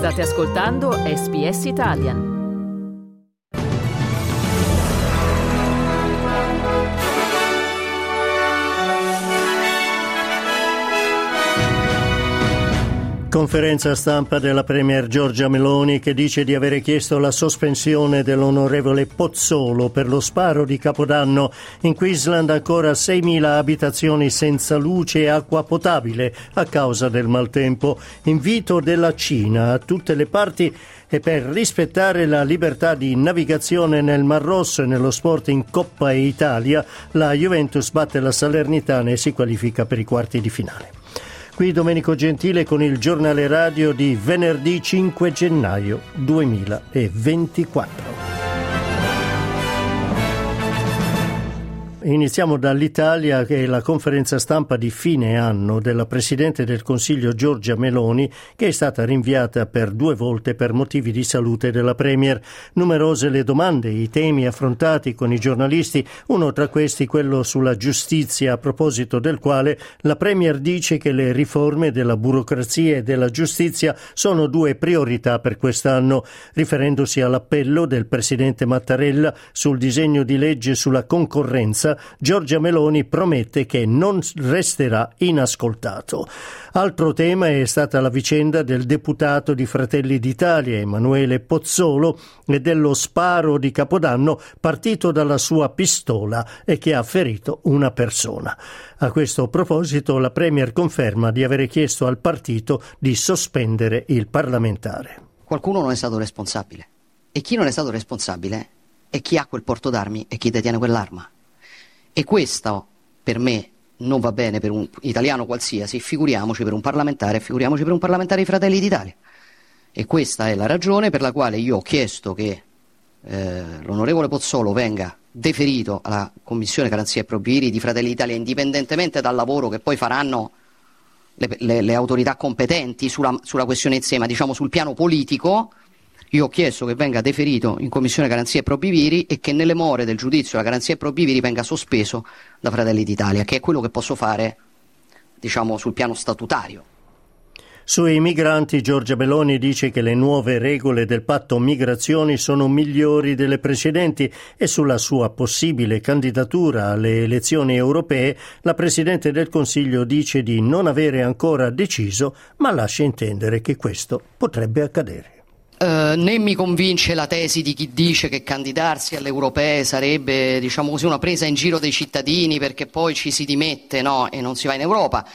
State ascoltando SBS Italian. Conferenza stampa della Premier Giorgia Meloni che dice di avere chiesto la sospensione dell'onorevole Pozzolo per lo sparo di Capodanno. In Queensland ancora 6.000 abitazioni senza luce e acqua potabile a causa del maltempo. Invito della Cina a tutte le parti e per rispettare la libertà di navigazione nel Mar Rosso e nello sport in Coppa Italia, la Juventus batte la Salernitana e si qualifica per i quarti di finale. Qui Domenico Gentile con il giornale radio di venerdì 5 gennaio 2024. Iniziamo dall'Italia, che è la conferenza stampa di fine anno della Presidente del Consiglio Giorgia Meloni, che è stata rinviata per 2 volte per motivi di salute della Premier. Numerose le domande, i temi affrontati con i giornalisti, uno tra questi quello sulla giustizia, a proposito del quale la Premier dice che le riforme della burocrazia e della giustizia sono 2 priorità per quest'anno, riferendosi all'appello del Presidente Mattarella sul disegno di legge sulla concorrenza. Giorgia Meloni promette che non resterà inascoltato. Altro tema è stata la vicenda del deputato di Fratelli d'Italia Emanuele Pozzolo e dello sparo di Capodanno partito dalla sua pistola e che ha ferito una persona. A questo proposito la Premier conferma di avere chiesto al partito di sospendere il parlamentare. Qualcuno non è stato responsabile e chi non è stato responsabile è chi ha quel porto d'armi e chi detiene quell'arma. E questo per me non va bene per un italiano qualsiasi, figuriamoci per un parlamentare, figuriamoci per un parlamentare di Fratelli d'Italia. E questa è la ragione per la quale io ho chiesto che l'onorevole Pozzolo venga deferito alla Commissione Garanzia e Probiri di Fratelli d'Italia, indipendentemente dal lavoro che poi faranno le autorità competenti sulla questione insieme, diciamo sul piano politico. Io ho chiesto che venga deferito in Commissione Garanzia e Probiviri e che nelle more del giudizio la Garanzia e Probiviri venga sospeso da Fratelli d'Italia, che è quello che posso fare, diciamo, sul piano statutario. Sui migranti Giorgia Meloni dice che le nuove regole del patto migrazioni sono migliori delle precedenti e sulla sua possibile candidatura alle elezioni europee la Presidente del Consiglio dice di non avere ancora deciso, ma lascia intendere che questo potrebbe accadere. Né mi convince la tesi di chi dice che candidarsi alle europee sarebbe, diciamo così, una presa in giro dei cittadini perché poi ci si dimette, no, e non si va in Europa.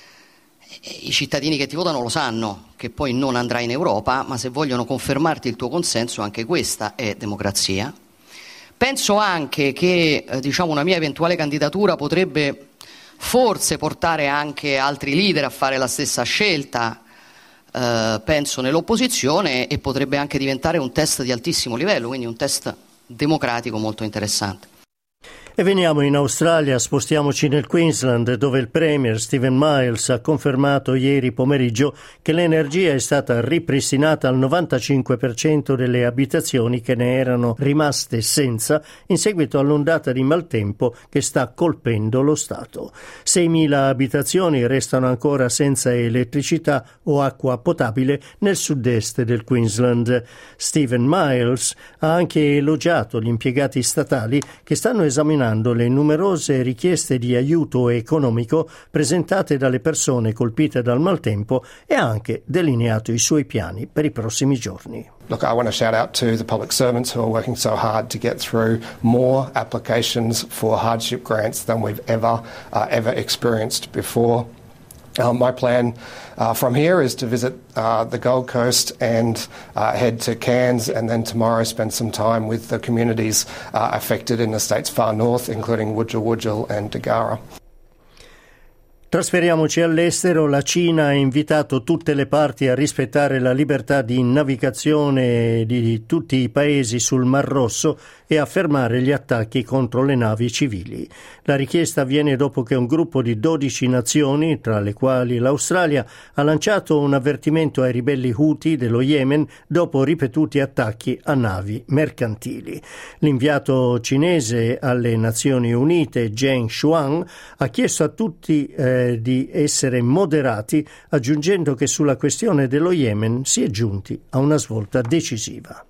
I cittadini che ti votano lo sanno che poi non andrai in Europa, ma se vogliono confermarti il tuo consenso anche questa è democrazia. Penso anche che diciamo una mia eventuale candidatura potrebbe forse portare anche altri leader a fare la stessa scelta. Penso nell'opposizione, e potrebbe anche diventare un test di altissimo livello, quindi un test democratico molto interessante. E veniamo in Australia, spostiamoci nel Queensland, dove il Premier Stephen Miles ha confermato ieri pomeriggio che l'energia è stata ripristinata al 95% delle abitazioni che ne erano rimaste senza in seguito all'ondata di maltempo che sta colpendo lo Stato. 6.000 abitazioni restano ancora senza elettricità o acqua potabile nel sud-est del Queensland. Stephen Miles ha anche elogiato gli impiegati statali che stanno esaminando le numerose richieste di aiuto economico presentate dalle persone colpite dal maltempo e ha anche delineato i suoi piani per i prossimi giorni. Look, I want to shout out to the public servants who are working so hard to get through more applications for hardship grants than we've ever experienced before. My plan from here is to visit the Gold Coast and head to Cairns, and then tomorrow spend some time with the communities affected in the state's far north, including Wujal Wujal and Dagara. Trasferiamoci all'estero. La Cina ha invitato tutte le parti a rispettare la libertà di navigazione di tutti i paesi sul Mar Rosso e a fermare gli attacchi contro le navi civili. La richiesta avviene dopo che un gruppo di 12 nazioni, tra le quali l'Australia, ha lanciato un avvertimento ai ribelli Houthi dello Yemen dopo ripetuti attacchi a navi mercantili. L'inviato cinese alle Nazioni Unite, Zheng Xuan, ha chiesto a tutti di essere moderati, aggiungendo che sulla questione dello Yemen si è giunti a una svolta decisiva.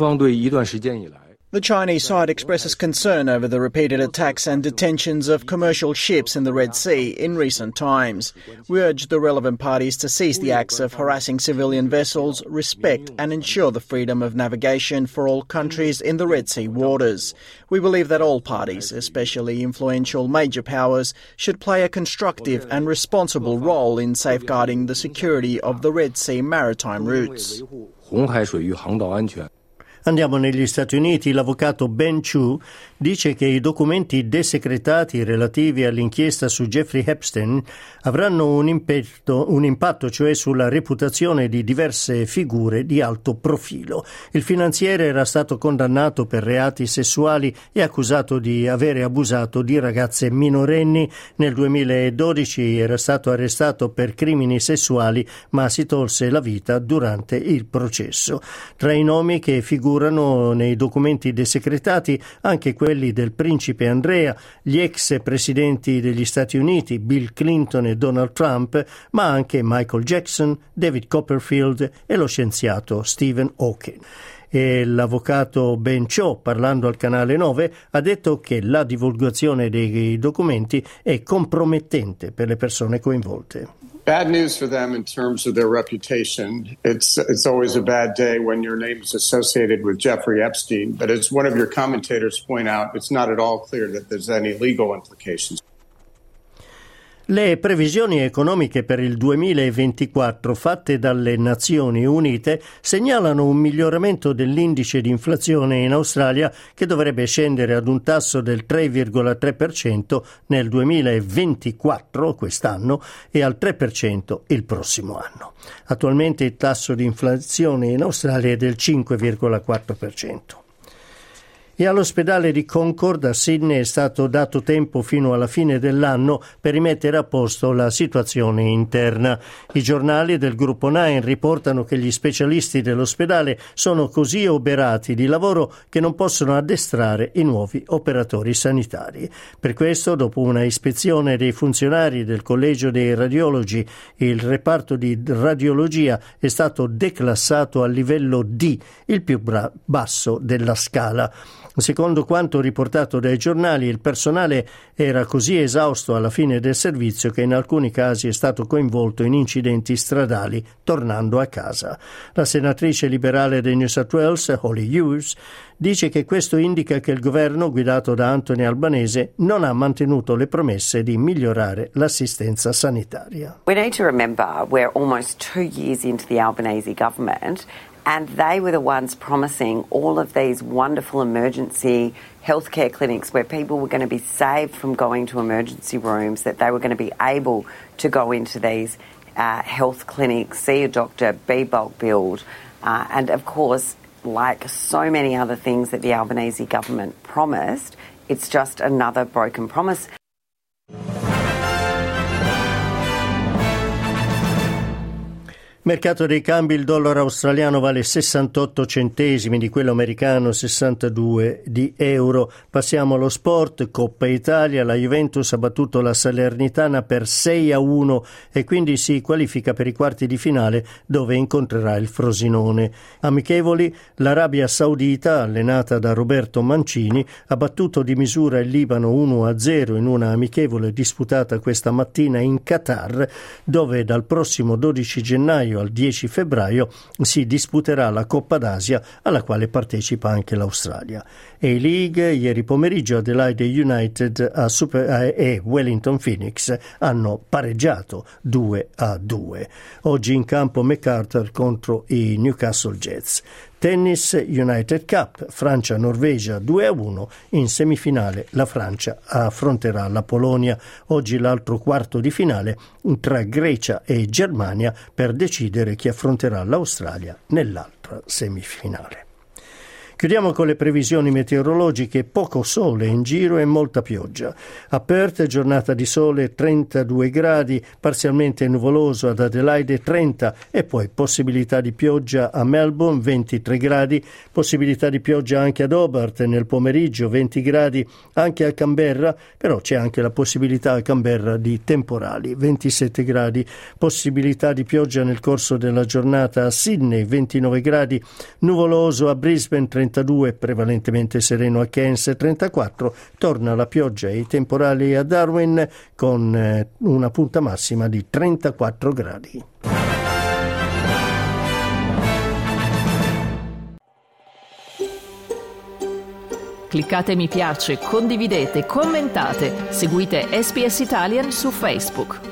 The Chinese side expresses concern over the repeated attacks and detentions of commercial ships in the Red Sea in recent times. We urge the relevant parties to cease the acts of harassing civilian vessels, respect and ensure the freedom of navigation for all countries in the Red Sea waters. We believe that all parties, especially influential major powers, should play a constructive and responsible role in safeguarding the security of the Red Sea maritime routes. Andiamo negli Stati Uniti. L'avvocato Ben Chu dice che i documenti desecretati relativi all'inchiesta su Jeffrey Epstein avranno un impatto cioè sulla reputazione di diverse figure di alto profilo. Il finanziere era stato condannato per reati sessuali e accusato di avere abusato di ragazze minorenni. Nel 2012 era stato arrestato per crimini sessuali, ma si tolse la vita durante il processo. Tra i nomi che figurano nei documenti desecretati anche quelli del principe Andrea, gli ex presidenti degli Stati Uniti Bill Clinton e Donald Trump, ma anche Michael Jackson, David Copperfield e lo scienziato Stephen Hawking. E l'avvocato Ben Cho, parlando al canale 9, ha detto che la divulgazione dei documenti è compromettente per le persone coinvolte. Bad news for them in terms of their reputation. It's always a bad day when your name is associated with Jeffrey Epstein, but as one of your commentators point out, it's not at all clear that there's any legal implications. Le previsioni economiche per il 2024 fatte dalle Nazioni Unite segnalano un miglioramento dell'indice di inflazione in Australia, che dovrebbe scendere ad un tasso del 3,3% nel 2024, quest'anno, e al 3% il prossimo anno. Attualmente il tasso di inflazione in Australia è del 5,4%. E all'ospedale di Concord a Sydney è stato dato tempo fino alla fine dell'anno per rimettere a posto la situazione interna. I giornali del gruppo Nine riportano che gli specialisti dell'ospedale sono così oberati di lavoro che non possono addestrare i nuovi operatori sanitari. Per questo, dopo una ispezione dei funzionari del Collegio dei Radiologi, il reparto di radiologia è stato declassato al livello D, il più basso della scala. Secondo quanto riportato dai giornali, il personale era così esausto alla fine del servizio che in alcuni casi è stato coinvolto in incidenti stradali tornando a casa. La senatrice liberale di New South Wales, Holly Hughes, dice che questo indica che il governo guidato da Anthony Albanese non ha mantenuto le promesse di migliorare l'assistenza sanitaria. We need to remember we're almost 2 years into the Albanese government. And they were the ones promising all of these wonderful emergency healthcare clinics where people were going to be saved from going to emergency rooms, that they were going to be able to go into these health clinics, see a doctor, be bulk billed. And of course, like so many other things that the Albanese government promised, it's just another broken promise. Mercato dei cambi: il dollaro australiano vale 68 centesimi di quello americano, 62 di euro. Passiamo allo sport. Coppa Italia, la Juventus ha battuto la Salernitana per 6-1 e quindi si qualifica per i quarti di finale, dove incontrerà il Frosinone. Amichevoli: l'Arabia Saudita, allenata da Roberto Mancini, ha battuto di misura il Libano 1-0 in una amichevole disputata questa mattina in Qatar, dove dal prossimo 12 gennaio al 10 febbraio si disputerà la Coppa d'Asia, alla quale partecipa anche l'Australia. A-League: ieri pomeriggio Adelaide United e Wellington Phoenix hanno pareggiato 2-2. Oggi in campo MacArthur contro i Newcastle Jets. Tennis, United Cup, Francia-Norvegia 2-1, in semifinale la Francia affronterà la Polonia. Oggi l'altro quarto di finale tra Grecia e Germania per decidere chi affronterà l'Australia nell'altra semifinale. Chiudiamo con le previsioni meteorologiche: poco sole in giro e molta pioggia. A Perth giornata di sole, 32 gradi, parzialmente nuvoloso ad Adelaide 30 e poi possibilità di pioggia a Melbourne 23 gradi, possibilità di pioggia anche ad Hobart nel pomeriggio 20 gradi, anche a Canberra, però c'è anche la possibilità a Canberra di temporali 27 gradi, possibilità di pioggia nel corso della giornata a Sydney 29 gradi, nuvoloso a Brisbane 32, prevalentemente sereno a Cairns 34, torna la pioggia e i temporali a Darwin con una punta massima di 34 gradi. Cliccate mi piace, condividete, commentate, seguite SBS Italian su Facebook.